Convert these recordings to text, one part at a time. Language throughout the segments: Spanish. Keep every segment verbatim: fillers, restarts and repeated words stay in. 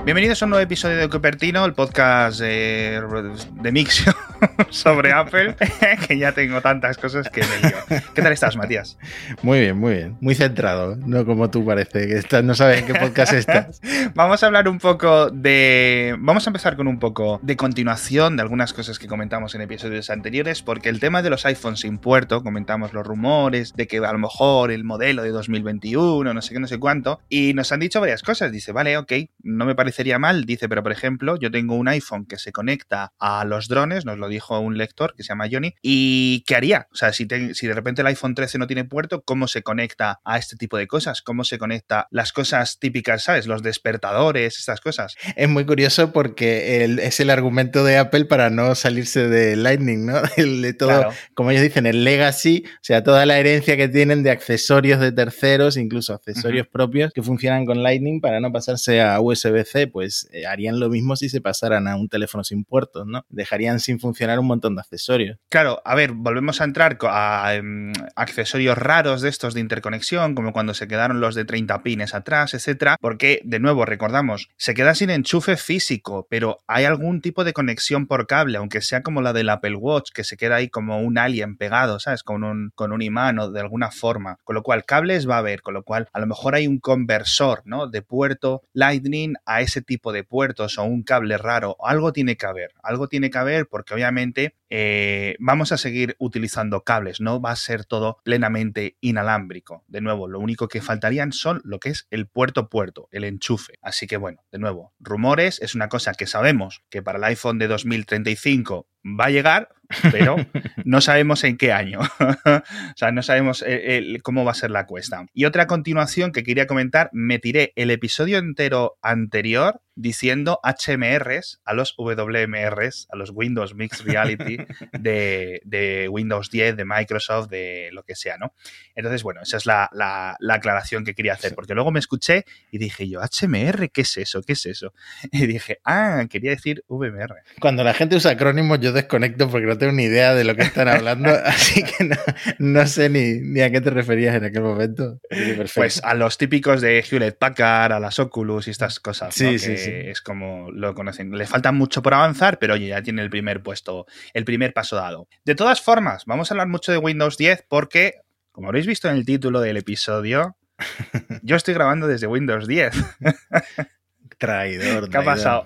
Bienvenidos a un nuevo episodio de Cupertino, el podcast eh, de Mixio sobre Apple, que ya tengo tantas cosas que me lío. ¿Qué tal estás, Matías? Muy bien, muy bien. Muy centrado, no como tú parece, que estás, no sabes en qué podcast estás. Vamos a hablar un poco de... Vamos a empezar con un poco de continuación de algunas cosas que comentamos en episodios anteriores, porque el tema de los iPhones sin puerto, comentamos los rumores de que a lo mejor el modelo de dos mil veintiuno, no sé qué, no sé cuánto, y nos han dicho varias cosas. Dice, vale, ok, no me parece sería mal, dice, pero por ejemplo, yo tengo un iPhone que se conecta a los drones, nos lo dijo un lector que se llama Johnny, y ¿qué haría? O sea, si, te, si de repente el iPhone trece no tiene puerto, ¿cómo se conecta a este tipo de cosas? ¿Cómo se conecta las cosas típicas, ¿sabes? Los despertadores, estas cosas. Es muy curioso porque el, es el argumento de Apple para no salirse de Lightning, ¿no? El, de todo, claro. Como ellos dicen, el legacy, o sea, toda la herencia que tienen de accesorios de terceros, incluso accesorios uh-huh. propios que funcionan con Lightning para no pasarse a U S B C, pues eh, harían lo mismo si se pasaran a un teléfono sin puertos, ¿no? Dejarían sin funcionar un montón de accesorios. Claro, a ver, volvemos a entrar a, a um, accesorios raros de estos de interconexión, como cuando se quedaron los de treinta pines atrás, etcétera, porque, de nuevo, recordamos, se queda sin enchufe físico, pero hay algún tipo de conexión por cable, aunque sea como la del Apple Watch, que se queda ahí como un alien pegado, ¿sabes? Con un, con un imán o de alguna forma. Con lo cual, cables va a haber, con lo cual, a lo mejor hay un conversor, ¿no? De puerto Lightning a ese tipo de puertos o un cable raro, algo tiene que haber, algo tiene que haber porque obviamente eh, vamos a seguir utilizando cables, no va a ser todo plenamente inalámbrico. De nuevo, lo único que faltarían son lo que es el puerto-puerto, el enchufe. Así que bueno, de nuevo, rumores es una cosa que sabemos que para el iPhone de dos mil treinta y cinco va a llegar, pero no sabemos en qué año. O sea, no sabemos eh, eh, cómo va a ser la cuesta. Y otra continuación que quería comentar, me tiré el episodio entero anterior diciendo H M Rs a los W M Rs, a los Windows Mixed Reality de, de Windows diez, de Microsoft, de lo que sea, ¿no? Entonces, bueno, esa es la, la, la aclaración que quería hacer, porque luego me escuché y dije yo, H M R, ¿qué es eso? ¿Qué es eso? Y dije, ah, quería decir V M R. Cuando la gente usa acrónimos yo desconecto porque no tengo ni idea de lo que están hablando, así que no, no sé ni, ni a qué te referías en aquel momento. Pues a los típicos de Hewlett Packard, a las Oculus y estas cosas, sí, ¿no? Que sí, sí. es como lo conocen. Le falta mucho por avanzar, pero oye, ya tiene el primer puesto, el primer paso dado. De todas formas, vamos a hablar mucho de Windows diez porque, como habréis visto en el título del episodio, yo estoy grabando desde Windows diez. Traidor, traidor. ¿Qué ha pasado?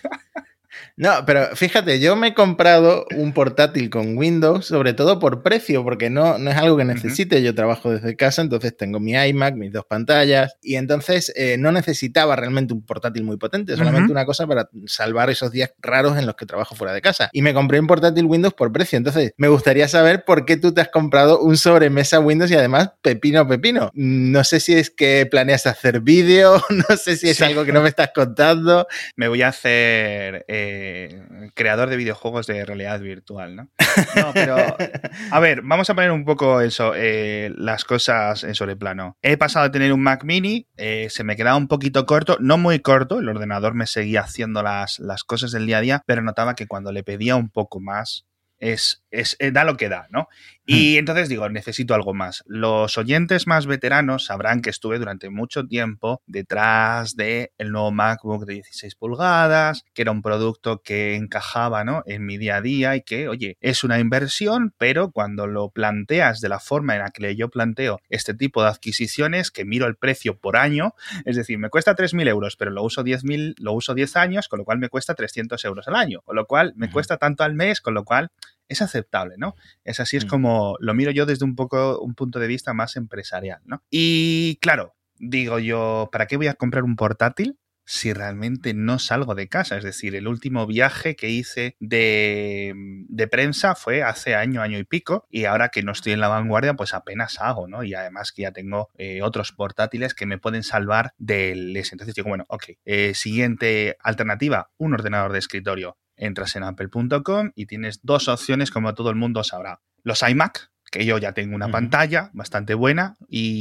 No, pero fíjate, yo me he comprado un portátil con Windows, sobre todo por precio, porque no, no es algo que necesite. Uh-huh. Yo trabajo desde casa, entonces tengo mi iMac, mis dos pantallas, y entonces eh, no necesitaba realmente un portátil muy potente, solamente uh-huh. una cosa para salvar esos días raros en los que trabajo fuera de casa. Y me compré un portátil Windows por precio, entonces me gustaría saber por qué tú te has comprado un sobremesa Windows y además pepino, pepino. No sé si es que planeas hacer vídeo, no sé si es sí. algo que no me estás contando. Me voy a hacer... Eh... creador de videojuegos de realidad virtual, ¿no? No, pero a ver, vamos a poner un poco eso, eh, las cosas en sobreplano. He pasado a tener un Mac Mini, eh, se me quedaba un poquito corto, no muy corto, el ordenador me seguía haciendo las, las cosas del día a día, pero notaba que cuando le pedía un poco más, Es, es, es, da lo que da, ¿no? Y hmm. entonces digo, necesito algo más. Los oyentes más veteranos sabrán que estuve durante mucho tiempo detrás del nuevo MacBook de dieciséis pulgadas, que era un producto que encajaba, ¿no?, en mi día a día y que, oye, es una inversión, pero cuando lo planteas de la forma en la que yo planteo este tipo de adquisiciones, que miro el precio por año, es decir, me cuesta tres mil euros, pero lo uso diez mil, lo uso diez años, con lo cual me cuesta trescientos euros al año, con lo cual me hmm. cuesta tanto al mes, con lo cual es aceptable, ¿no? Es así, es como lo miro yo desde un poco un punto de vista más empresarial, ¿no? Y claro, digo yo, ¿para qué voy a comprar un portátil si realmente no salgo de casa? Es decir, el último viaje que hice de, de prensa fue hace año, año y pico, y ahora que no estoy en la vanguardia, pues apenas hago, ¿no? Y además que ya tengo eh, otros portátiles que me pueden salvar del ese. Entonces digo, bueno, ok, eh, siguiente alternativa, un ordenador de escritorio. Entras en apple punto com y tienes dos opciones, como todo el mundo sabrá. Los iMac, que yo ya tengo una uh-huh. pantalla bastante buena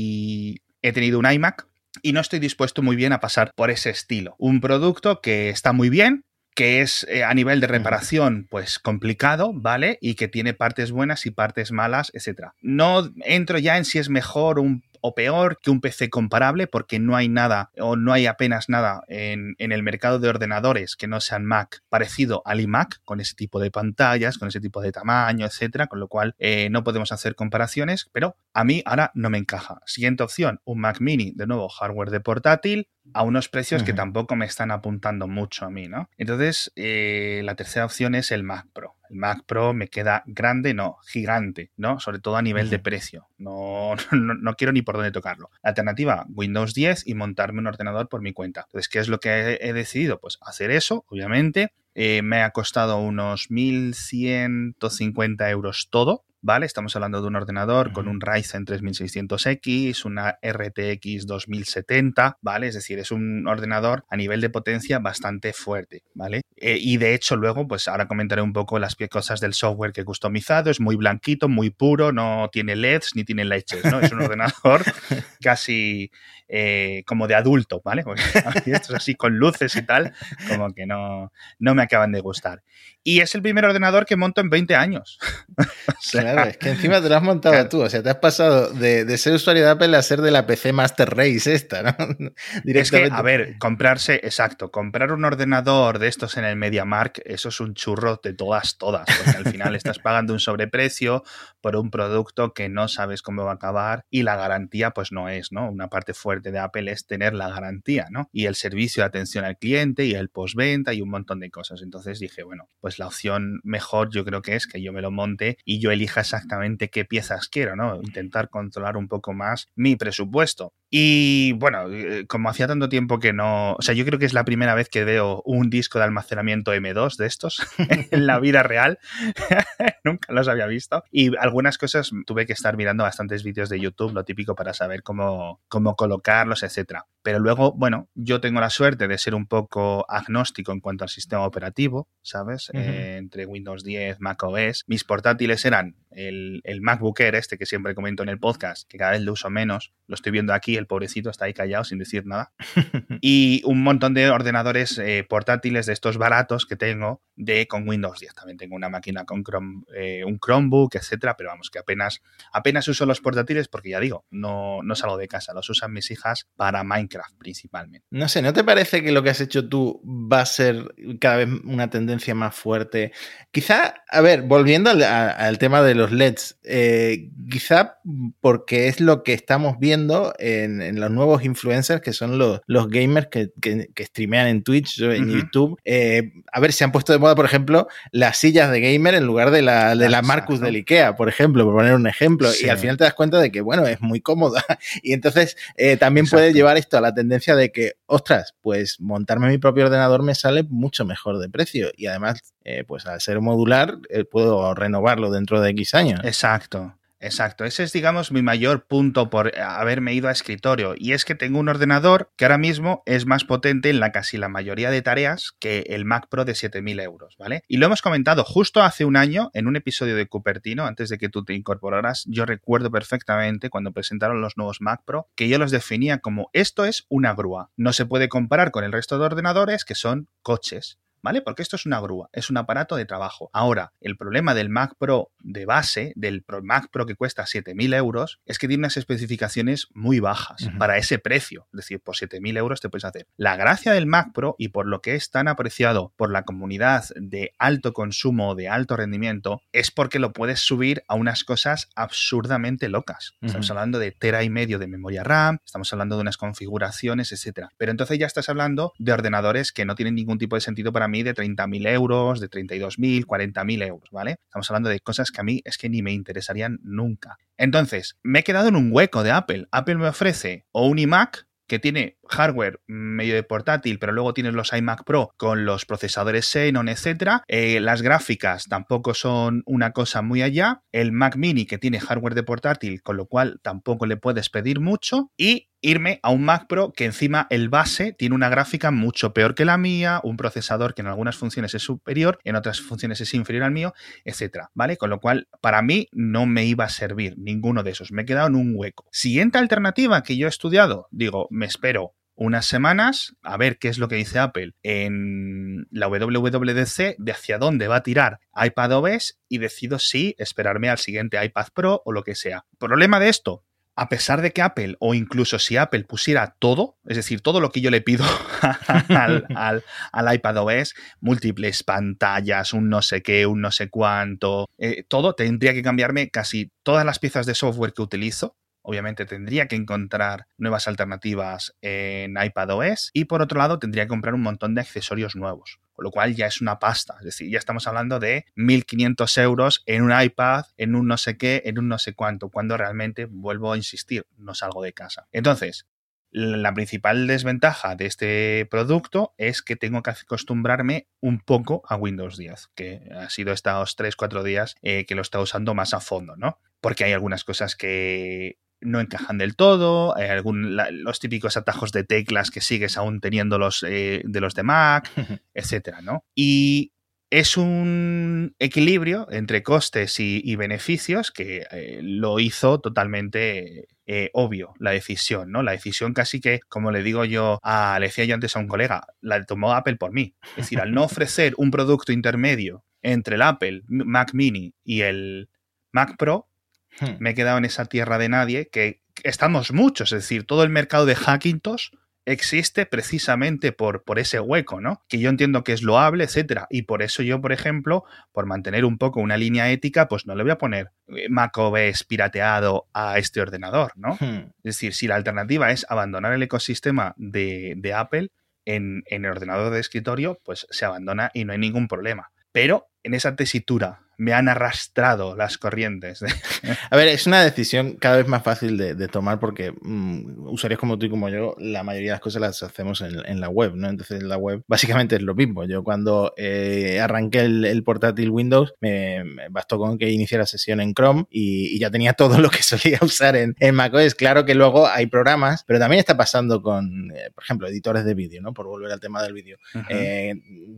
y he tenido un iMac y no estoy dispuesto muy bien a pasar por ese estilo. Un producto que está muy bien, que es eh, a nivel de reparación pues complicado, ¿vale? Y que tiene partes buenas y partes malas, etcétera. No entro ya en si es mejor un o peor que un P C comparable porque no hay nada o no hay apenas nada en, en el mercado de ordenadores que no sean Mac parecido al iMac, con ese tipo de pantallas, con ese tipo de tamaño, etcétera, con lo cual eh, no podemos hacer comparaciones, pero a mí ahora no me encaja. Siguiente opción, un Mac Mini, de nuevo hardware de portátil, a unos precios uh-huh. que tampoco me están apuntando mucho a mí, ¿no? Entonces, eh, la tercera opción es el Mac Pro. El Mac Pro me queda grande, no, gigante, ¿no? Sobre todo a nivel uh-huh. de precio. No, no, no quiero ni por dónde tocarlo. La alternativa, Windows diez y montarme un ordenador por mi cuenta. Entonces, ¿qué es lo que he, he decidido? Pues hacer eso, obviamente. Eh, me ha costado unos mil ciento cincuenta euros todo. ¿Vale? Estamos hablando de un ordenador uh-huh. con un Ryzen tres mil seiscientos X, una R T X dos mil setenta, ¿vale? Es decir, es un ordenador a nivel de potencia bastante fuerte, ¿vale? Eh, y de hecho luego, pues ahora comentaré un poco las cosas del software que he customizado. Es muy blanquito, muy puro, no tiene L E Ds ni tiene leches, ¿no? Es un ordenador casi eh, como de adulto, ¿vale? Porque estos así con luces y tal, como que no, no me acaban de gustar. Y es el primer ordenador que monto en veinte años. O sea, claro, es que encima te lo has montado claro. tú, o sea, te has pasado de, de ser usuario de Apple a ser de la P C Master Race esta, ¿no? Directamente. Es que, a ver, comprarse, exacto, comprar un ordenador de estos en el MediaMarkt, eso es un churro de todas, todas, porque al final estás pagando un sobreprecio por un producto que no sabes cómo va a acabar y la garantía pues no es, ¿no? Una parte fuerte de Apple es tener la garantía, ¿no? Y el servicio de atención al cliente y el postventa y un montón de cosas. Entonces dije, bueno, pues la opción mejor yo creo que es que yo me lo monte y yo elija exactamente qué piezas quiero, ¿no? Intentar controlar un poco más mi presupuesto. Y bueno, como hacía tanto tiempo que no... O sea, yo creo que es la primera vez que veo un disco de almacenamiento eme dos de estos en la vida real. Nunca los había visto. Y algunas cosas tuve que estar mirando bastantes vídeos de YouTube, lo típico para saber cómo, cómo colocarlos, etcétera. Pero luego, bueno, yo tengo la suerte de ser un poco agnóstico en cuanto al sistema operativo, ¿sabes? Uh-huh. Eh, entre Windows diez, macOS. Mis portátiles eran el, el MacBook Air este que siempre comento en el podcast, que cada vez lo uso menos. Lo estoy viendo aquí, el pobrecito está ahí callado sin decir nada. Y un montón de ordenadores eh, portátiles de estos baratos que tengo de con Windows diez. También tengo una máquina con Chrome, eh, un Chromebook, etcétera. Pero vamos, que apenas, apenas uso los portátiles porque ya digo, no, no salgo de casa. Los usan mis hijas para Minecraft principalmente. No sé, ¿no te parece que lo que has hecho tú va a ser cada vez una tendencia más fuerte? Quizá, a ver, volviendo al, a, al tema de los L E Ds, eh, quizá porque es lo que estamos viendo en, en los nuevos influencers que son los, los gamers que, que, que streamean en Twitch, en uh-huh. YouTube. Eh, a ver, se han puesto de moda, por ejemplo, las sillas de gamer en lugar de la, de la Marcus del IKEA, por ejemplo, por poner un ejemplo. Sí. Y al final te das cuenta de que, bueno, es muy cómoda. Y entonces eh, también Exacto. puede llevar esto a la tendencia de que, ostras, pues montarme mi propio ordenador me sale mucho mejor de precio. Y además, eh, pues al ser modular, eh, puedo renovarlo dentro de X años. Exacto. Exacto, ese es, digamos, mi mayor punto por haberme ido a escritorio, y es que tengo un ordenador que ahora mismo es más potente en la casi la mayoría de tareas que el Mac Pro de siete mil euros, ¿vale? Y lo hemos comentado justo hace un año en un episodio de Cupertino, antes de que tú te incorporaras. Yo recuerdo perfectamente cuando presentaron los nuevos Mac Pro que yo los definía como esto es una grúa, no se puede comparar con el resto de ordenadores que son coches, ¿vale? Porque esto es una grúa, es un aparato de trabajo. Ahora, el problema del Mac Pro de base, del Mac Pro que cuesta siete mil euros, es que tiene unas especificaciones muy bajas uh-huh. para ese precio. Es decir, por siete mil euros te puedes hacer. La gracia del Mac Pro, y por lo que es tan apreciado por la comunidad de alto consumo, de alto rendimiento, es porque lo puedes subir a unas cosas absurdamente locas. Uh-huh. Estamos hablando de tera y medio de memoria RAM, estamos hablando de unas configuraciones, etcétera. Pero entonces ya estás hablando de ordenadores que no tienen ningún tipo de sentido para mí, de treinta mil euros, de treinta y dos mil, cuarenta mil euros, ¿vale? Estamos hablando de cosas que a mí es que ni me interesarían nunca. Entonces, me he quedado en un hueco de Apple. Apple me ofrece o un iMac que tiene hardware medio de portátil, pero luego tienes los iMac Pro con los procesadores Xenon, etcétera. Eh, las gráficas tampoco son una cosa muy allá. El Mac Mini que tiene hardware de portátil, con lo cual tampoco le puedes pedir mucho. Y irme a un Mac Pro que encima el base tiene una gráfica mucho peor que la mía, un procesador que en algunas funciones es superior, en otras funciones es inferior al mío, etcétera, ¿vale? Con lo cual, para mí no me iba a servir ninguno de esos. Me he quedado en un hueco. Siguiente alternativa que yo he estudiado, digo, me espero unas semanas a ver qué es lo que dice Apple en la W W D C de hacia dónde va a tirar iPadOS y decido si esperarme al siguiente iPad Pro o lo que sea. ¿Problema de esto? a pesar de que Apple, o incluso si Apple pusiera todo, es decir, todo lo que yo le pido al, al, al iPadOS, múltiples pantallas, un no sé qué, un no sé cuánto, eh, todo, tendría que cambiarme casi todas las piezas de software que utilizo. Obviamente tendría que encontrar nuevas alternativas en iPadOS y por otro lado tendría que comprar un montón de accesorios nuevos, con lo cual ya es una pasta. Es decir, ya estamos hablando de mil quinientos euros en un iPad, en un no sé qué, en un no sé cuánto, cuando realmente, vuelvo a insistir, no salgo de casa. Entonces, la principal desventaja de este producto es que tengo que acostumbrarme un poco a Windows diez, que ha sido estos tres cuatro días eh, que lo he estado usando más a fondo, ¿no? Porque hay algunas cosas que no encajan del todo, hay algún, la, los típicos atajos de teclas que sigues aún teniendo los, eh, de los de Mac, etcétera, ¿no? Y es un equilibrio entre costes y, y beneficios que eh, lo hizo totalmente eh, obvio, la decisión, ¿no? La decisión casi que, como le digo yo, a, le decía yo antes a un colega, la tomó Apple por mí. Es decir, al no ofrecer un producto intermedio entre el Apple Mac Mini y el Mac Pro, me he quedado en esa tierra de nadie que estamos muchos, es decir, todo el mercado de Hackintosh existe precisamente por, por ese hueco, ¿no? Que yo entiendo que es loable, etcétera. Y por eso yo, por ejemplo, por mantener un poco una línea ética, pues no le voy a poner macOS pirateado a este ordenador, ¿no? Hmm. Es decir, si la alternativa es abandonar el ecosistema de, de Apple en, en el ordenador de escritorio, pues se abandona y no hay ningún problema. Pero en esa tesitura me han arrastrado las corrientes. A ver, es una decisión cada vez más fácil de, de tomar porque mmm, usuarios como tú y como yo, la mayoría de las cosas las hacemos en, en la web, ¿no? Entonces la web básicamente es lo mismo. Yo cuando eh, arranqué el, el portátil Windows, me, me bastó con que iniciara sesión en Chrome y, y ya tenía todo lo que solía usar en, en macOS. Claro que luego hay programas, pero también está pasando con, eh, por ejemplo, editores de vídeo, ¿no? Por volver al tema del vídeo. Uh-huh. Eh,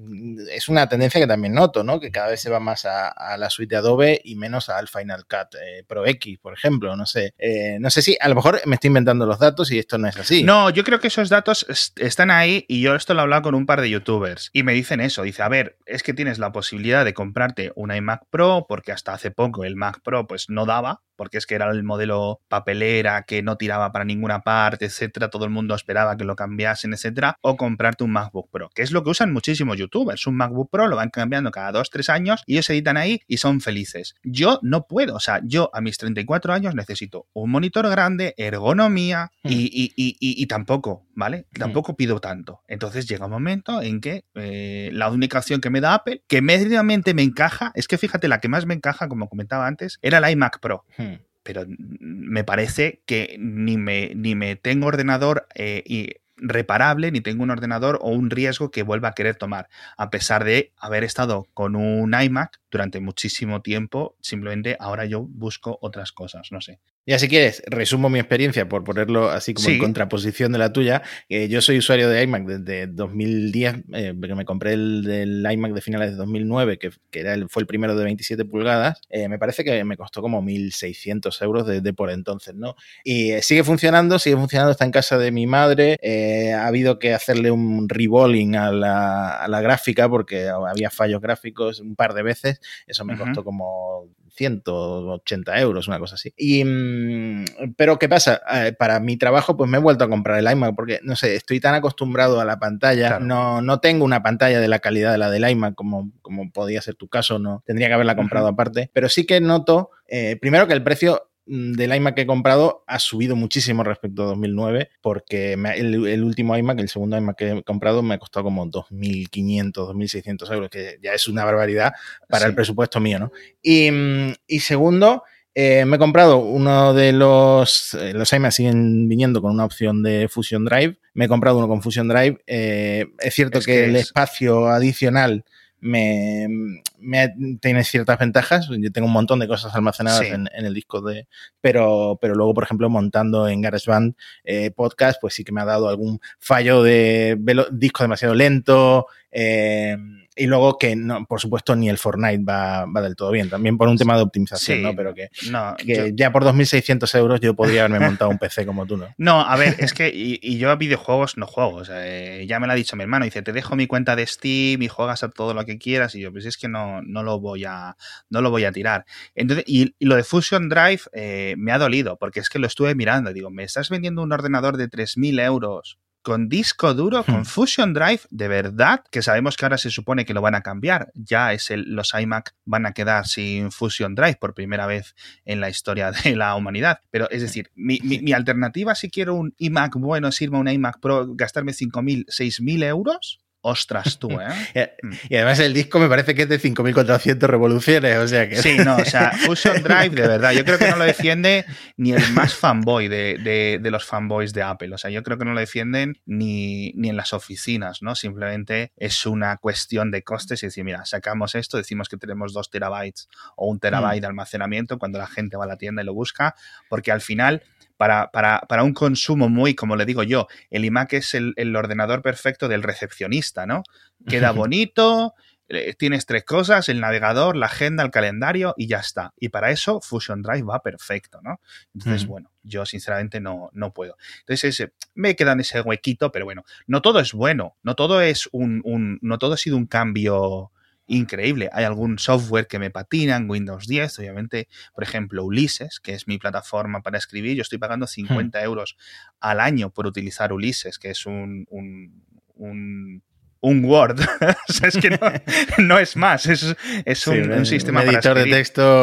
es una tendencia que también noto, ¿no? Que cada vez se va más a, a la suite de Adobe y menos al Final Cut eh, Pro X, por ejemplo. No sé, eh, no sé si a lo mejor me estoy inventando los datos y esto no es así. No, yo creo que esos datos est- están ahí y yo esto lo he hablado con un par de youtubers y me dicen eso. Dice, a ver, es que tienes la posibilidad de comprarte un iMac Pro porque hasta hace poco el Mac Pro pues no daba, porque es que era el modelo papelera que no tiraba para ninguna parte, etcétera. Todo el mundo esperaba que lo cambiasen, etcétera. O comprarte un MacBook Pro, que es lo que usan muchísimos youtubers. Un MacBook Pro lo van cambiando cada dos, tres años y ellos editan ahí y son felices. Yo no puedo, o sea, yo a mis treinta y cuatro años necesito un monitor grande, ergonomía y, y, y, y, y tampoco, ¿vale? Tampoco pido tanto. Entonces llega un momento en que eh, la única opción que me da Apple, que medianamente me encaja, es que fíjate, la que más me encaja, como comentaba antes, era el iMac Pro. Pero me parece que ni me, ni me tengo ordenador eh, y reparable, ni tengo un ordenador o un riesgo que vuelva a querer tomar, a pesar de haber estado con un iMac durante muchísimo tiempo. Simplemente ahora yo busco otras cosas, no sé. Ya, si quieres, resumo mi experiencia por ponerlo así como sí. en contraposición de la tuya. Eh, yo soy usuario de iMac desde dos mil diez, eh, porque me compré el, el iMac de finales de dos mil nueve, que, que era el, fue el primero de veintisiete pulgadas. Eh, me parece que me costó como mil seiscientos euros de, de por entonces, ¿no? Y eh, sigue funcionando, sigue funcionando, está en casa de mi madre. Eh, ha habido que hacerle un reballing a la, a la gráfica porque había fallos gráficos un par de veces. Eso me uh-huh. costó como ciento ochenta euros, una cosa así. Y, pero ¿qué pasa? Eh, para mi trabajo pues me he vuelto a comprar el iMac porque, no sé, estoy tan acostumbrado a la pantalla, claro. no, no tengo una pantalla de la calidad de la del iMac como, como podía ser tu caso, no tendría que haberla comprado uh-huh. aparte, pero sí que noto, eh, primero que el precio del iMac que he comprado ha subido muchísimo respecto a dos mil nueve porque me, el, el último iMac, el segundo iMac que he comprado me ha costado como dos mil quinientos, dos mil seiscientos euros, que ya es una barbaridad para sí. el presupuesto mío, ¿no? Y, y segundo, eh, me he comprado uno de los... Eh, los iMac siguen viniendo con una opción de Fusion Drive. Me he comprado uno con Fusion Drive. Eh, es cierto es que, que el es... espacio adicional Me, me tiene ciertas ventajas. Yo tengo un montón de cosas almacenadas sí. en, en el disco de, pero, pero luego, por ejemplo, montando en GarageBand eh, podcast, pues sí que me ha dado algún fallo de velo, disco demasiado lento, eh, Y luego que, no, por supuesto, ni el Fortnite va, va del todo bien. También por un tema de optimización, sí, ¿no? Pero que, no, que yo... ya por dos mil seiscientos euros yo podría haberme montado un P C como tú, ¿no? No, a ver, es que y, y yo a videojuegos no juego. O sea, eh, ya me lo ha dicho mi hermano. Dice, te dejo mi cuenta de Steam y juegas a todo lo que quieras. Y yo, pues es que no, no, lo, voy a, no lo voy a tirar. Entonces, y, y lo de Fusion Drive eh, me ha dolido, porque es que lo estuve mirando. Digo, ¿me estás vendiendo un ordenador de tres mil euros con disco duro, con Fusion Drive? De verdad, que sabemos que ahora se supone que lo van a cambiar. Ya es el, los iMac van a quedar sin Fusion Drive por primera vez en la historia de la humanidad. Pero es decir, mi, mi, mi alternativa si quiero un iMac bueno, es irme a un iMac Pro, gastarme cinco mil, seis mil euros. Ostras tú, ¿eh? Y además el disco me parece que es de cinco mil cuatrocientas revoluciones, o sea que... Sí, no, o sea, Fusion Drive, de verdad, yo creo que no lo defiende ni el más fanboy de, de, de los fanboys de Apple. O sea, yo creo que no lo defienden ni, ni en las oficinas, ¿no? Simplemente es una cuestión de costes y decir, mira, sacamos esto, decimos que tenemos dos terabytes o un terabyte mm. de almacenamiento cuando la gente va a la tienda y lo busca, porque al final... Para, para, para un consumo muy, como le digo yo, el iMac es el, el ordenador perfecto del recepcionista, ¿no? Queda bonito, eh, tienes tres cosas, el navegador, la agenda, el calendario y ya está. Y para eso Fusion Drive va perfecto, ¿no? Entonces, uh-huh. bueno, yo sinceramente no, no puedo. Entonces, ese, me queda en ese huequito, pero bueno, no todo es bueno, no todo es un, un no todo ha sido un cambio... increíble. Hay algún software que me patina en Windows diez, obviamente, por ejemplo, Ulises, que es mi plataforma para escribir, yo estoy pagando cincuenta euros al año por utilizar Ulises, que es un, un, un, un Word. O sea, es que no, no es más, es, es un, sí, un, un sistema un para escribir. Un editor de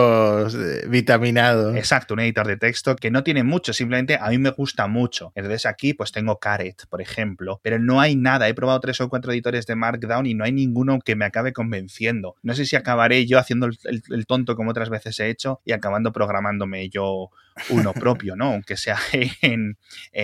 texto vitaminado. Exacto, un editor de texto que no tiene mucho, simplemente a mí me gusta mucho. Entonces aquí pues tengo Caret, por ejemplo, pero no hay nada. He probado tres o cuatro editores de Markdown y no hay ninguno que me acabe convenciendo. No sé si acabaré yo haciendo el, el, el tonto como otras veces he hecho y acabando programándome yo uno propio, ¿no? Aunque sea en...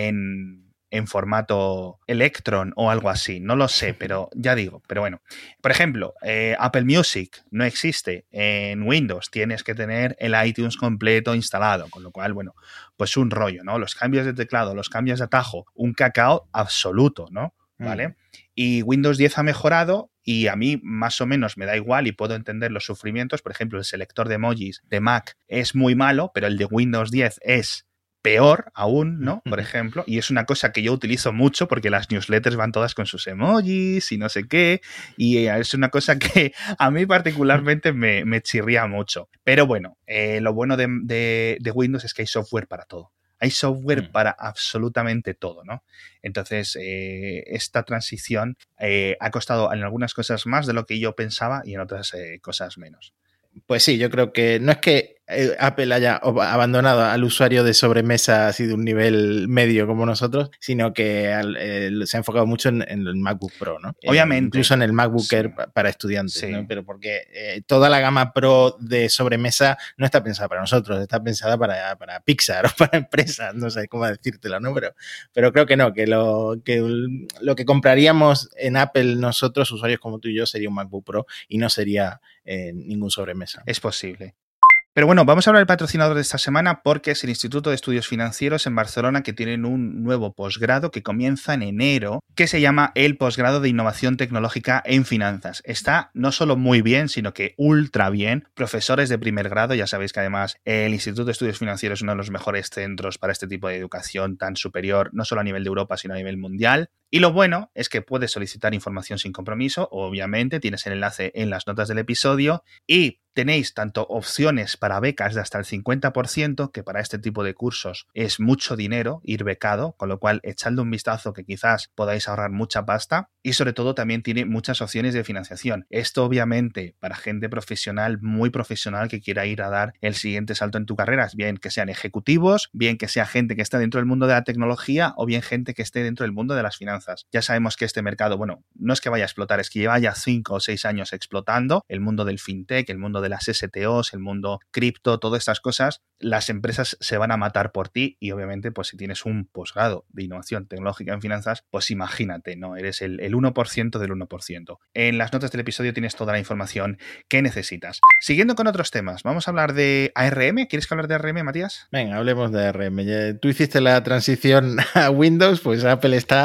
en en formato Electron o algo así, no lo sé, pero ya digo, pero bueno. Por ejemplo, eh, Apple Music no existe en Windows, tienes que tener el iTunes completo instalado, con lo cual, bueno, pues un rollo, ¿no? Los cambios de teclado, los cambios de atajo, un cacao absoluto, ¿no? ¿Vale? Mm. Y Windows diez ha mejorado y a mí más o menos me da igual y puedo entender los sufrimientos. Por ejemplo, el selector de emojis de Mac es muy malo, pero el de Windows diez es peor aún, ¿no? Por ejemplo, y es una cosa que yo utilizo mucho porque las newsletters van todas con sus emojis y no sé qué, y es una cosa que a mí particularmente me, me chirría mucho. Pero bueno, eh, lo bueno de, de, de Windows es que hay software para todo. Hay software mm. para absolutamente todo, ¿no? Entonces, eh, esta transición eh, ha costado en algunas cosas más de lo que yo pensaba y en otras eh, cosas menos. Pues sí, yo creo que no es que Apple haya abandonado al usuario de sobremesa así de un nivel medio como nosotros, sino que al, eh, se ha enfocado mucho en, en el MacBook Pro, ¿no? Obviamente. Eh, incluso en el MacBook sí. Air para estudiantes, sí. ¿no? Pero porque eh, toda la gama Pro de sobremesa no está pensada para nosotros, está pensada para, para Pixar o para empresas, no sé cómo decírtelo, ¿no? Pero, pero creo que no, que lo, que lo que compraríamos en Apple nosotros, usuarios como tú y yo, sería un MacBook Pro y no sería eh, ningún sobremesa. Es posible. Pero bueno, vamos a hablar del patrocinador de esta semana porque es el Instituto de Estudios Financieros en Barcelona, que tienen un nuevo posgrado que comienza en enero, que se llama el Posgrado de Innovación Tecnológica en Finanzas. Está no solo muy bien, sino que ultra bien. Profesores de primer grado, ya sabéis que además el Instituto de Estudios Financieros es uno de los mejores centros para este tipo de educación tan superior, no solo a nivel de Europa, sino a nivel mundial. Y lo bueno es que puedes solicitar información sin compromiso, obviamente, tienes el enlace en las notas del episodio y tenéis tanto opciones para becas de hasta el cincuenta por ciento, que para este tipo de cursos es mucho dinero ir becado, con lo cual echadle un vistazo que quizás podáis ahorrar mucha pasta, y sobre todo también tiene muchas opciones de financiación. Esto obviamente para gente profesional, muy profesional, que quiera ir a dar el siguiente salto en tu carrera, bien que sean ejecutivos, bien que sea gente que está dentro del mundo de la tecnología o bien gente que esté dentro del mundo de las finanzas. Ya sabemos que este mercado, bueno, no es que vaya a explotar, es que lleva ya cinco o seis años explotando, el mundo del fintech, el mundo de las S T Os, el mundo cripto, todas estas cosas, las empresas se van a matar por ti y obviamente pues si tienes un posgrado de innovación tecnológica en finanzas, pues imagínate, ¿no? Eres el, el uno por ciento del uno por ciento. En las notas del episodio tienes toda la información que necesitas. Siguiendo con otros temas, vamos a hablar de A R M. ¿Quieres que hablar de A R M, Matías? Venga, hablemos de A R M. Tú hiciste la transición a Windows, pues Apple está a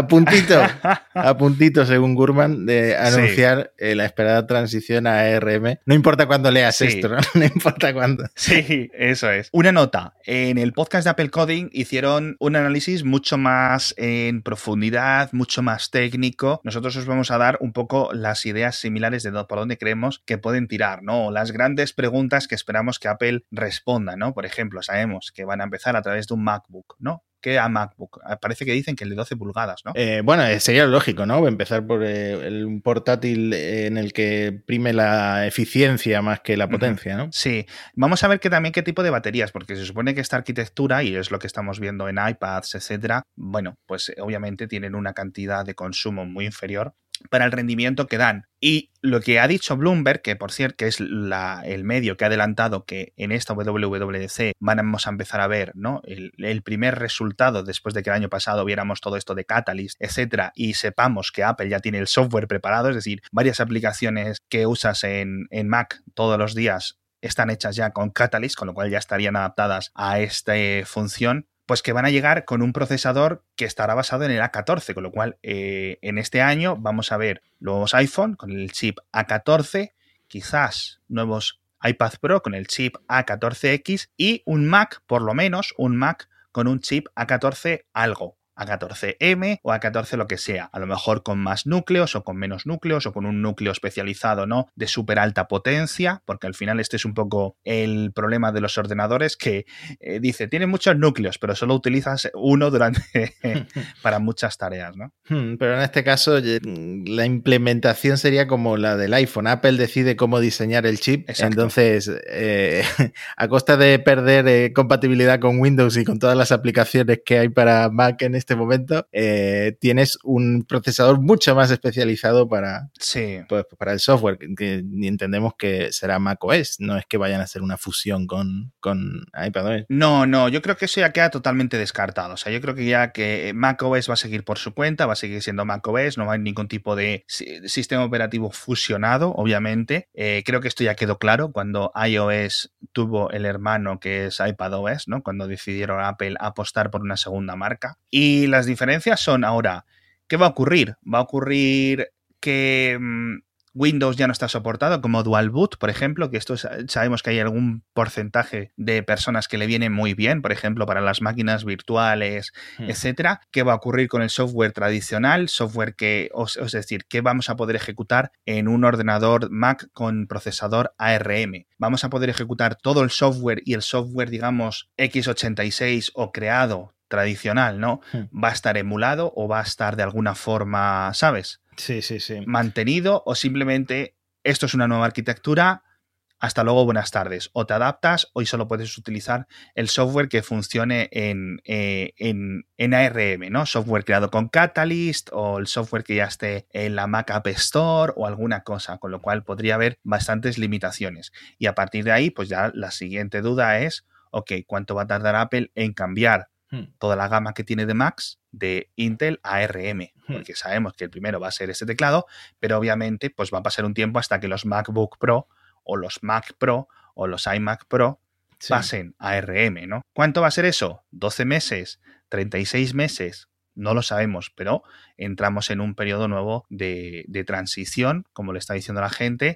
a puntito, a puntito, según Gurman, de anunciar sí. eh, la esperada transición a A R M. No importa cuándo leas sí. esto, ¿no? No importa cuándo. Sí, eso es. Una nota. En el podcast de Apple Coding hicieron un análisis mucho más en profundidad, mucho más técnico. Nosotros os vamos a dar un poco las ideas similares de por dónde creemos que pueden tirar, ¿no? Las grandes preguntas que esperamos que Apple responda, ¿no? Por ejemplo, sabemos que van a empezar a través de un MacBook, ¿no? ¿Qué a MacBook? Parece que dicen que el de doce pulgadas, ¿no? Eh, bueno, sería lógico, ¿no? Empezar por eh, el, un portátil en el que prime la eficiencia más que la potencia, ¿no? Sí. Vamos a ver que también qué tipo de baterías, porque se supone que esta arquitectura, y es lo que estamos viendo en iPads, etcétera, bueno, pues obviamente tienen una cantidad de consumo muy inferior para el rendimiento que dan. Y lo que ha dicho Bloomberg, que por cierto que es la, el medio que ha adelantado que en esta W W D C vamos a empezar a ver, ¿no? el, el primer resultado después de que el año pasado viéramos todo esto de Catalyst, etcétera, y sepamos que Apple ya tiene el software preparado, es decir, varias aplicaciones que usas en, en Mac todos los días están hechas ya con Catalyst, con lo cual ya estarían adaptadas a esta función. Pues que van a llegar con un procesador que estará basado en el A catorce, con lo cual eh, en este año vamos a ver nuevos iPhone con el chip A catorce, quizás nuevos iPad Pro con el chip A catorce X y un Mac, por lo menos un Mac con un chip A catorce algo. A catorce M o A catorce lo que sea, a lo mejor con más núcleos o con menos núcleos o con un núcleo especializado, ¿no? De súper alta potencia, porque al final este es un poco el problema de los ordenadores que eh, dice, tiene muchos núcleos, pero solo utilizas uno durante para muchas tareas, ¿no? Pero en este caso la implementación sería como la del iPhone. Apple decide cómo diseñar el chip. Exacto. Entonces, eh, a costa de perder eh, compatibilidad con Windows y con todas las aplicaciones que hay para Mac en este momento, eh, tienes un procesador mucho más especializado para, sí. pues, para el software, que entendemos que será macOS, no es que vayan a hacer una fusión con, con iPadOS. No, no, yo creo que eso ya queda totalmente descartado. O sea, yo creo que ya que macOS va a seguir por su cuenta, va a seguir siendo macOS, no va a haber ningún tipo de sistema operativo fusionado, obviamente. Eh, creo que esto ya quedó claro cuando iOS tuvo el hermano que es iPadOS, ¿no? Cuando decidieron Apple apostar por una segunda marca. Y las diferencias son ahora, ¿qué va a ocurrir? Va a ocurrir que mmm, Windows ya no está soportado como Dual Boot, por ejemplo, que esto sabemos que hay algún porcentaje de personas que le viene muy bien, por ejemplo, para las máquinas virtuales, hmm. etcétera. ¿Qué va a ocurrir con el software tradicional? Software que, es decir, ¿qué vamos a poder ejecutar en un ordenador Mac con procesador A R M? ¿Vamos a poder ejecutar todo el software y el software, digamos, equis ochenta y seis o creado tradicional, ¿no? Hmm. ¿Va a estar emulado o va a estar de alguna forma, ¿sabes? Sí, sí, sí. Mantenido o simplemente esto es una nueva arquitectura, hasta luego, buenas tardes. O te adaptas o solo puedes utilizar el software que funcione en, eh, en, en A R M, ¿no? Software creado con Catalyst o el software que ya esté en la Mac App Store o alguna cosa, con lo cual podría haber bastantes limitaciones. Y a partir de ahí, pues ya la siguiente duda es, ok, ¿cuánto va a tardar Apple en cambiar toda la gama que tiene de Macs de Intel a A R M? Porque sabemos que el primero va a ser ese teclado, pero obviamente pues va a pasar un tiempo hasta que los MacBook Pro o los Mac Pro o los iMac Pro sí. pasen a A R M, ¿no? ¿Cuánto va a ser eso? ¿doce meses? ¿treinta y seis meses? No lo sabemos, pero entramos en un periodo nuevo de, de transición, como le está diciendo la gente,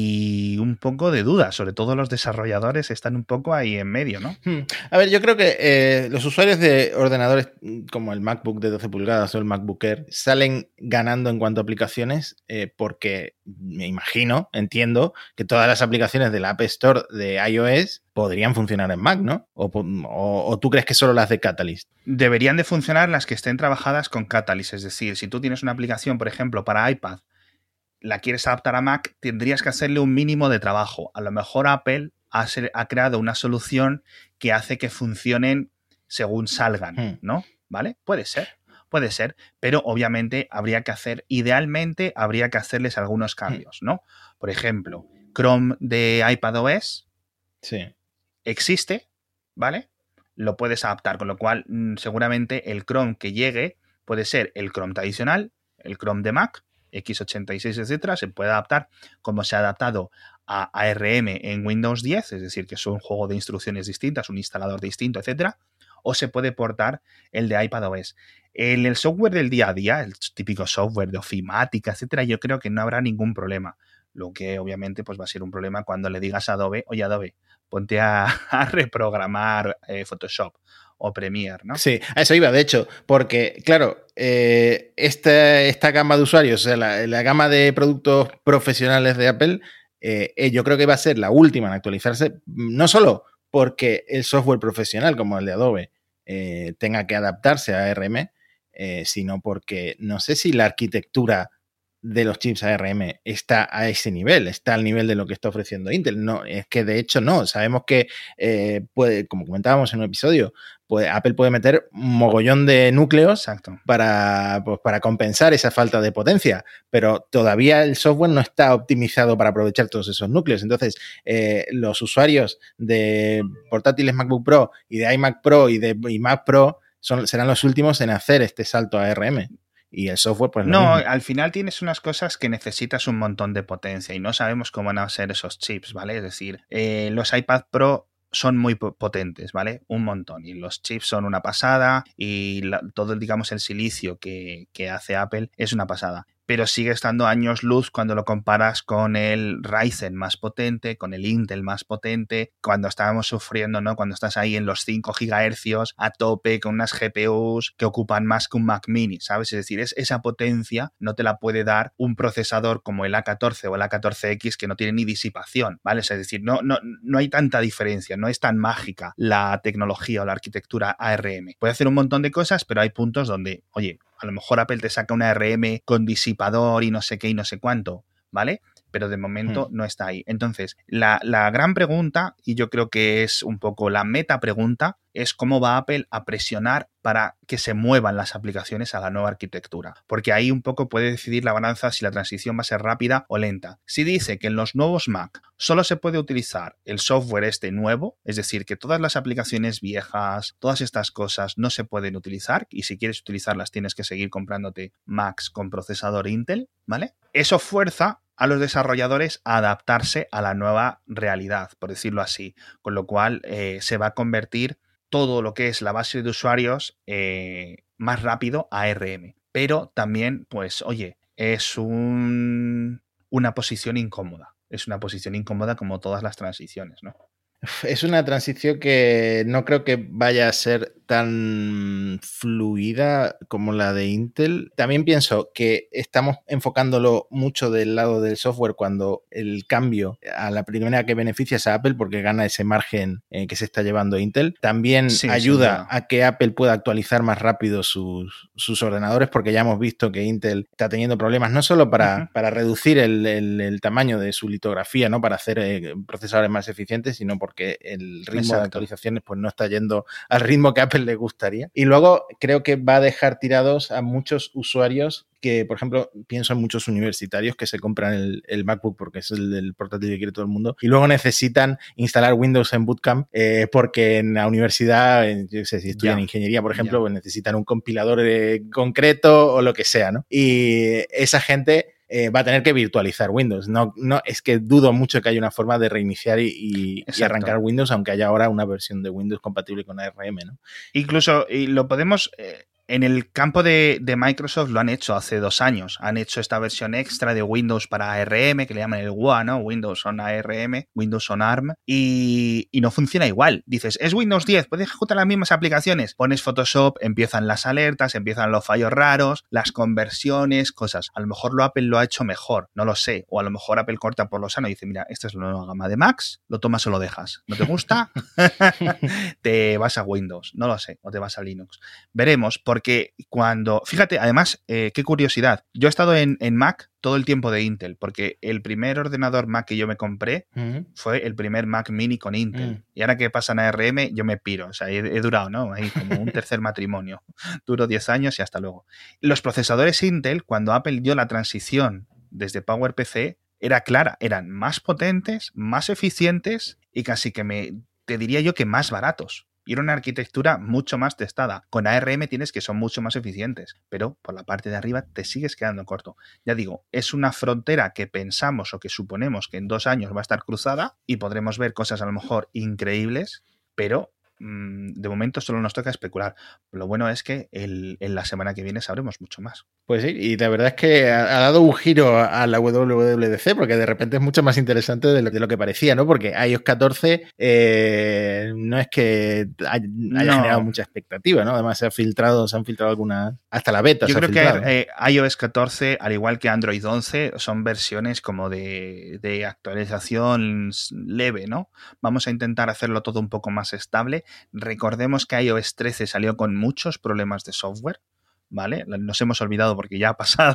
y un poco de duda, sobre todo los desarrolladores están un poco ahí en medio, ¿no? A ver, yo creo que eh, los usuarios de ordenadores como el MacBook de doce pulgadas o el MacBook Air salen ganando en cuanto a aplicaciones eh, porque me imagino, entiendo, que todas las aplicaciones de la App Store de iOS podrían funcionar en Mac, ¿no? O, o, o tú crees que solo las de Catalyst. Deberían de funcionar las que estén trabajadas con Catalyst, es decir, si tú tienes una aplicación, por ejemplo, para iPad, la quieres adaptar a Mac, tendrías que hacerle un mínimo de trabajo. A lo mejor Apple ha, ser, ha creado una solución que hace que funcionen según salgan, hmm. ¿no? ¿Vale? Puede ser, puede ser, pero obviamente habría que hacer, idealmente habría que hacerles algunos cambios, ¿no? Por ejemplo, Chrome de iPadOS sí. existe, ¿vale? Lo puedes adaptar, con lo cual seguramente el Chrome que llegue puede ser el Chrome tradicional, el Chrome de Mac, equis ochenta y seis, etcétera, se puede adaptar como se ha adaptado a A R M en Windows diez, es decir, que es un juego de instrucciones distintas, un instalador distinto, etcétera. o se puede portar el de iPadOS. En el software del día a día, el típico software de ofimática, etcétera, yo creo que no habrá ningún problema. Lo que obviamente pues va a ser un problema cuando le digas a Adobe, oye Adobe, ponte a, a reprogramar eh, Photoshop o Premiere, ¿no? Sí, a eso iba, de hecho, porque, claro, eh, esta, esta gama de usuarios, o sea, la, la gama de productos profesionales de Apple, eh, yo creo que va a ser la última en actualizarse, no solo porque el software profesional como el de Adobe eh, tenga que adaptarse a A R M, eh, sino porque no sé si la arquitectura de los chips A R M está a ese nivel, está al nivel de lo que está ofreciendo Intel. No, es que de hecho no. Sabemos que, eh, puede, como comentábamos en un episodio, pues Apple puede meter un mogollón de núcleos Exacto. para, pues, para compensar esa falta de potencia, pero todavía el software no está optimizado para aprovechar todos esos núcleos. Entonces, eh, los usuarios de portátiles MacBook Pro y de iMac Pro y de y Mac Pro son, serán los últimos en hacer este salto a A R M. Y el software, pues no, lo mismo. Al final tienes unas cosas que necesitas un montón de potencia y no sabemos cómo van a ser esos chips, ¿vale? Es decir, eh, los iPad Pro son muy potentes, ¿vale? Un montón. Y los chips son una pasada y la, todo, digamos, el silicio que, que hace Apple es una pasada. Pero sigue estando años luz cuando lo comparas con el Ryzen más potente, con el Intel más potente, cuando estábamos sufriendo, ¿no? Cuando estás ahí en los cinco gigahercios a tope con unas G P Us que ocupan más que un Mac Mini, ¿sabes? Es decir, es, esa potencia no te la puede dar un procesador como el A catorce o el A catorce X que no tiene ni disipación, ¿vale? O sea, es decir, no, no, no hay tanta diferencia, no es tan mágica la tecnología o la arquitectura A R M. Puede hacer un montón de cosas, pero hay puntos donde, oye, a lo mejor Apple te saca una A R M con disipador y no sé qué y no sé cuánto, ¿vale? Pero de momento hmm. no está ahí. Entonces, la, la gran pregunta, y yo creo que es un poco la meta pregunta, es cómo va Apple a presionar para que se muevan las aplicaciones a la nueva arquitectura. Porque ahí un poco puede decidir la balanza si la transición va a ser rápida o lenta. Si dice que en los nuevos Mac solo se puede utilizar el software este nuevo, es decir, que todas las aplicaciones viejas, todas estas cosas no se pueden utilizar y si quieres utilizarlas tienes que seguir comprándote Macs con procesador Intel, ¿vale? Eso fuerza a los desarrolladores a adaptarse a la nueva realidad, por decirlo así. Con lo cual eh, se va a convertir todo lo que es la base de usuarios eh, más rápido a A R M. Pero también, pues, oye, es un, una posición incómoda. Es una posición incómoda como todas las transiciones, ¿no? Es una transición que no creo que vaya a ser tan fluida como la de Intel. También pienso que estamos enfocándolo mucho del lado del software cuando el cambio a la primera que beneficia es a Apple porque gana ese margen eh, que se está llevando Intel. También sí, ayuda a que Apple pueda actualizar más rápido sus, sus ordenadores porque ya hemos visto que Intel está teniendo problemas no solo para, uh-huh. para reducir el, el, el tamaño de su litografía, ¿no? Para hacer eh, procesadores más eficientes, sino por porque el ritmo Exacto. de actualizaciones pues no está yendo al ritmo que a Apple le gustaría. Y luego creo que va a dejar tirados a muchos usuarios que, por ejemplo, pienso en muchos universitarios que se compran el, el MacBook porque es el, el portátil que quiere todo el mundo y luego necesitan instalar Windows en Bootcamp eh, porque en la universidad, yo sé, si estudian yeah. ingeniería, por ejemplo, yeah. pues necesitan un compilador eh, concreto o lo que sea, ¿no? Y esa gente Eh, va a tener que virtualizar Windows. No, no, es que dudo mucho que haya una forma de reiniciar y, y, y arrancar Windows, aunque haya ahora una versión de Windows compatible con A R M, ¿no? Incluso, y lo podemos... Eh... En el campo de, de Microsoft lo han hecho hace dos años. Han hecho esta versión extra de Windows para A R M, que le llaman el W A, ¿no? Windows on A R M, Windows on A R M, y, y no funciona igual. Dices, es Windows diez, puedes ejecutar las mismas aplicaciones. Pones Photoshop, empiezan las alertas, empiezan los fallos raros, las conversiones, cosas. A lo mejor lo Apple lo ha hecho mejor, no lo sé. O a lo mejor Apple corta por lo sano y dice, mira, esta es la nueva gama de Macs, lo tomas o lo dejas. ¿No te gusta? Te vas a Windows, no lo sé, o te vas a Linux. Veremos, por Porque cuando, fíjate, además, eh, qué curiosidad, yo he estado en, en Mac todo el tiempo de Intel, porque el primer ordenador Mac que yo me compré uh-huh. fue el primer Mac Mini con Intel. Uh-huh. Y ahora que pasan a A R M, yo me piro, o sea, he, he durado, ¿no? Ahí como un tercer matrimonio. Duro diez años y hasta luego. Los procesadores Intel, cuando Apple dio la transición desde PowerPC, era clara, eran más potentes, más eficientes y casi que me, te diría yo que más baratos. Y era una arquitectura mucho más testada. Con A R M tienes que son mucho más eficientes, pero por la parte de arriba te sigues quedando corto. Ya digo, es una frontera que pensamos o que suponemos que en dos años va a estar cruzada y podremos ver cosas a lo mejor increíbles, pero de momento solo nos toca especular. Lo bueno es que el, en la semana que viene sabremos mucho más. Pues sí, y la verdad es que ha, ha dado un giro a la W W D C porque de repente es mucho más interesante de lo, de lo que parecía, ¿no? Porque iOS catorce eh, no es que haya, haya no. generado mucha expectativa, ¿no? Además se ha filtrado, se han filtrado algunas, hasta la beta Yo se creo ha filtrado. que eh, iOS catorce, al igual que Android once, son versiones como de, de actualización leve, ¿no? Vamos a intentar hacerlo todo un poco más estable. Recordemos que iOS trece salió con muchos problemas de software, ¿vale? Nos hemos olvidado porque ya ha pasado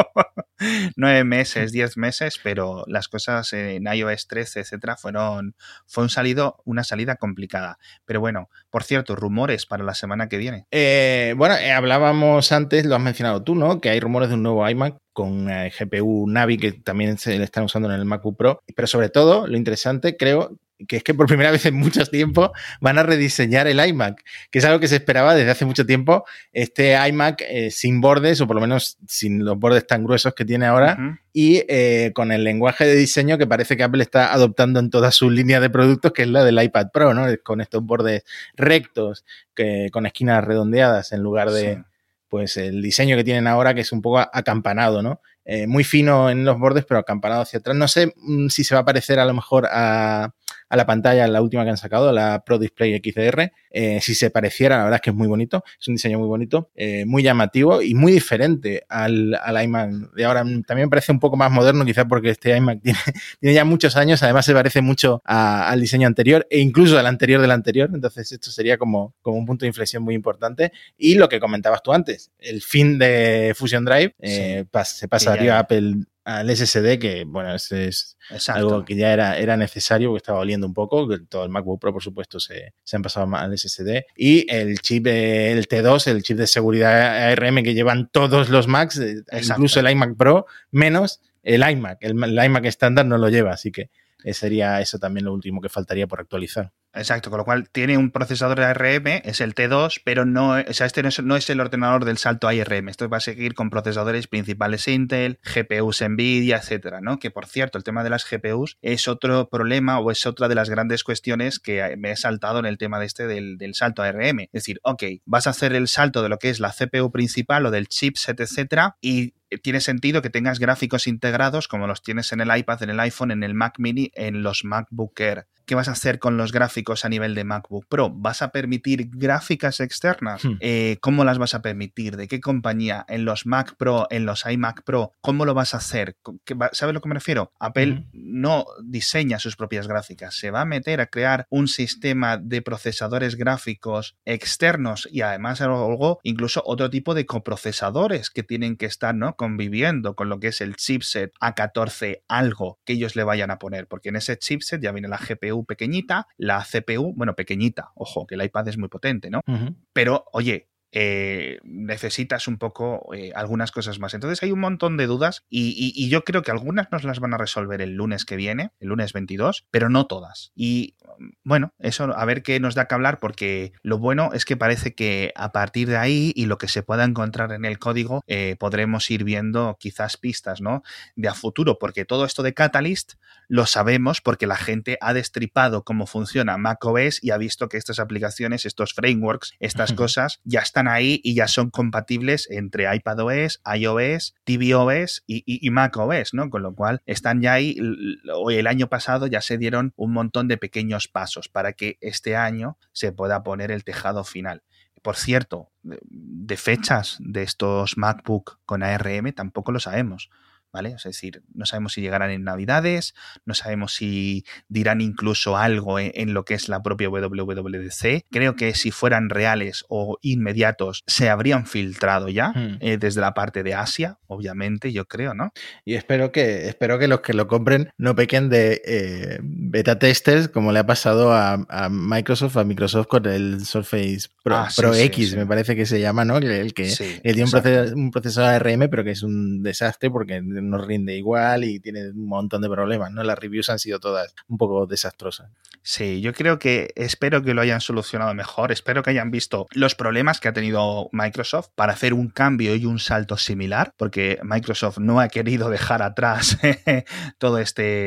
nueve meses, diez meses, pero las cosas en iOS trece, etcétera, fueron, fue un salido, una salida complicada. Pero bueno, por cierto, rumores para la semana que viene. Eh, bueno, eh, hablábamos antes, lo has mencionado tú, ¿no? Que hay rumores de un nuevo iMac con eh, G P U Navi que también se le están usando en el MacBook Pro. Pero sobre todo, lo interesante, creo, que es que por primera vez en mucho tiempo van a rediseñar el iMac, que es algo que se esperaba desde hace mucho tiempo. Este iMac eh, sin bordes, o por lo menos sin los bordes tan gruesos que tiene ahora, uh-huh. y eh, con el lenguaje de diseño que parece que Apple está adoptando en toda su línea de productos, que es la del iPad Pro, ¿no? Con estos bordes rectos, que, con esquinas redondeadas, en lugar de sí. pues el diseño que tienen ahora, que es un poco acampanado, ¿no? Eh, muy fino en los bordes, pero acampanado hacia atrás. No sé mmm, si se va a parecer a lo mejor a, a la pantalla, la última que han sacado, la Pro Display X D R. Eh, si se pareciera, la verdad es que es muy bonito. Es un diseño muy bonito, eh, muy llamativo y muy diferente al, al iMac de ahora. También me parece un poco más moderno, quizás porque este iMac tiene, tiene ya muchos años. Además, se parece mucho a, al diseño anterior e incluso al anterior del anterior. Entonces, esto sería como, como un punto de inflexión muy importante. Y lo que comentabas tú antes, el fin de Fusion Drive, eh, sí. pas, se pasa a Apple al S S D, que bueno, es, es algo que ya era, era necesario, que estaba oliendo un poco, que todo el MacBook Pro, por supuesto, se, se han pasado al S S D, y el chip, el T dos, el chip de seguridad A R M que llevan todos los Macs, Exacto. incluso el iMac Pro, menos el iMac, el, el iMac estándar no lo lleva, así que sería eso también lo último que faltaría por actualizar. Exacto, con lo cual tiene un procesador de A R M, es el T dos, pero no, o sea, este no es, no es el ordenador del salto a A R M. Esto va a seguir con procesadores principales Intel, G P Us Nvidia, etcétera, ¿no? Que por cierto, el tema de las G P Us es otro problema o es otra de las grandes cuestiones que me he saltado en el tema de este del, del salto a A R M. Es decir, ok, vas a hacer el salto de lo que es la C P U principal o del chipset, etcétera, y tiene sentido que tengas gráficos integrados como los tienes en el iPad, en el iPhone, en el Mac Mini, en los MacBook Air. ¿Qué vas a hacer con los gráficos a nivel de MacBook Pro? ¿Vas a permitir gráficas externas? Hmm. Eh, ¿Cómo las vas a permitir? ¿De qué compañía? ¿En los Mac Pro? ¿En los iMac Pro? ¿Cómo lo vas a hacer? ¿Sabes a lo que me refiero? Apple uh-huh. no diseña sus propias gráficas. Se va a meter a crear un sistema de procesadores gráficos externos y además algo, incluso otro tipo de coprocesadores que tienen que estar, ¿no?, conviviendo con lo que es el chipset A catorce algo que ellos le vayan a poner. Porque en ese chipset ya viene la G P U pequeñita, la C P U, bueno, pequeñita, ojo, que el iPad es muy potente, ¿no? Uh-huh. Pero, oye, eh, necesitas un poco eh, algunas cosas más. Entonces hay un montón de dudas y, y, y yo creo que algunas nos las van a resolver el lunes que viene, el lunes veintidós, pero no todas. Y bueno, eso a ver qué nos da que hablar, porque lo bueno es que parece que a partir de ahí y lo que se pueda encontrar en el código eh, podremos ir viendo quizás pistas, ¿no?, de a futuro, porque todo esto de Catalyst lo sabemos porque la gente ha destripado cómo funciona macOS y ha visto que estas aplicaciones, estos frameworks, estas cosas ya están ahí y ya son compatibles entre iPadOS, iOS, tvOS y, y, y macOS, ¿no? Con lo cual están ya ahí. El año pasado ya se dieron un montón de pequeños pasos para que este año se pueda poner el tejado final. Por cierto, de fechas de estos MacBook con A R M tampoco lo sabemos, ¿vale? Es decir, no sabemos si llegarán en Navidades, no sabemos si dirán incluso algo en, en lo que es la propia W W D C. Creo que si fueran reales o inmediatos se habrían filtrado ya hmm. eh, desde la parte de Asia, obviamente, yo creo, ¿no? Y espero que, espero que los que lo compren no pequen de eh, beta testers como le ha pasado a, a Microsoft, a Microsoft con el Surface Pro, ah, Pro sí, X, sí, sí. me parece que se llama, ¿no? El que, sí, el tiene un, proces, un procesador A R M, pero que es un desastre porque no rinde igual y tiene un montón de problemas, ¿no? Las reviews han sido todas un poco desastrosas. Sí, yo creo que espero que lo hayan solucionado mejor, espero que hayan visto los problemas que ha tenido Microsoft para hacer un cambio y un salto similar, porque Microsoft no ha querido dejar atrás todo este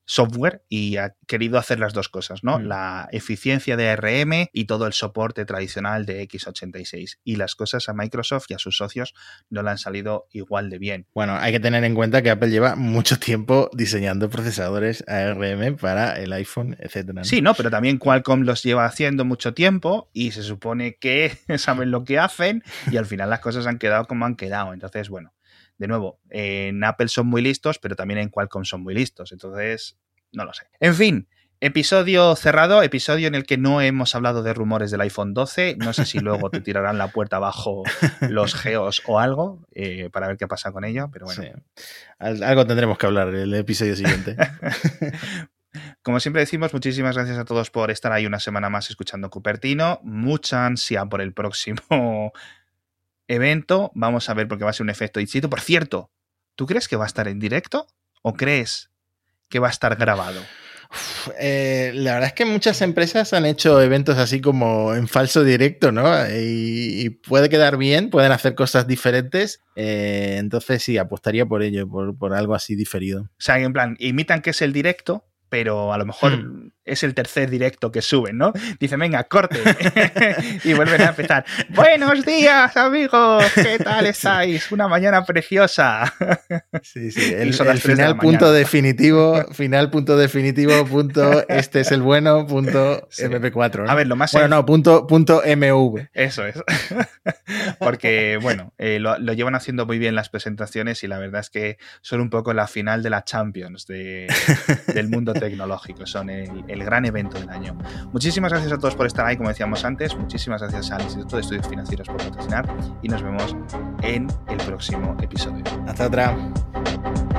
software y ha querido hacer las dos cosas, ¿no? Mm. La eficiencia de A R M y todo el soporte tradicional de equis ochenta y seis. Y las cosas a Microsoft y a sus socios no le han salido igual de bien. Bueno, hay que tener en cuenta que Apple lleva mucho tiempo diseñando procesadores A R M para el iPhone, etcétera, ¿no? Sí, no, pero también Qualcomm los lleva haciendo mucho tiempo y se supone que saben lo que hacen y al final las cosas han quedado como han quedado. Entonces, bueno, de nuevo, en Apple son muy listos, pero también en Qualcomm son muy listos. Entonces, no lo sé. En fin, episodio cerrado, episodio en el que no hemos hablado de rumores del iPhone doce. No sé si luego te tirarán la puerta abajo los geos o algo eh, para ver qué pasa con ello, pero bueno. Sí. Algo tendremos que hablar en el episodio siguiente. Como siempre decimos, muchísimas gracias a todos por estar ahí una semana más escuchando Cupertino. Mucha ansia por el próximo evento. Vamos a ver porque va a ser un efecto distinto. Por cierto, ¿tú crees que va a estar en directo o crees que va a estar grabado? Uf, eh, la verdad es que muchas empresas han hecho eventos así como en falso directo, ¿no? Y, y puede quedar bien, pueden hacer cosas diferentes. Eh, entonces sí, apostaría por ello, por, por algo así diferido. O sea, en plan, imitan que es el directo, pero a lo mejor hmm. es el tercer directo que suben, ¿no? Dicen, venga, corte. Y vuelven a empezar. Buenos días, amigos. ¿Qué tal estáis? Una mañana preciosa. Sí, sí. El, el final de punto definitivo, final punto definitivo, punto, este es el bueno, punto sí. eme pe cuatro, ¿no? A ver, lo más... Bueno, no, punto, punto eme ve. Eso es. Porque, bueno, eh, lo, lo llevan haciendo muy bien las presentaciones y la verdad es que son un poco la final de la Champions de, del mundo tecnológico. Son el, el gran evento del año. Muchísimas gracias a todos por estar ahí, como decíamos antes. Muchísimas gracias al Instituto de Estudios Financieros por patrocinar y nos vemos en el próximo episodio. Hasta otra.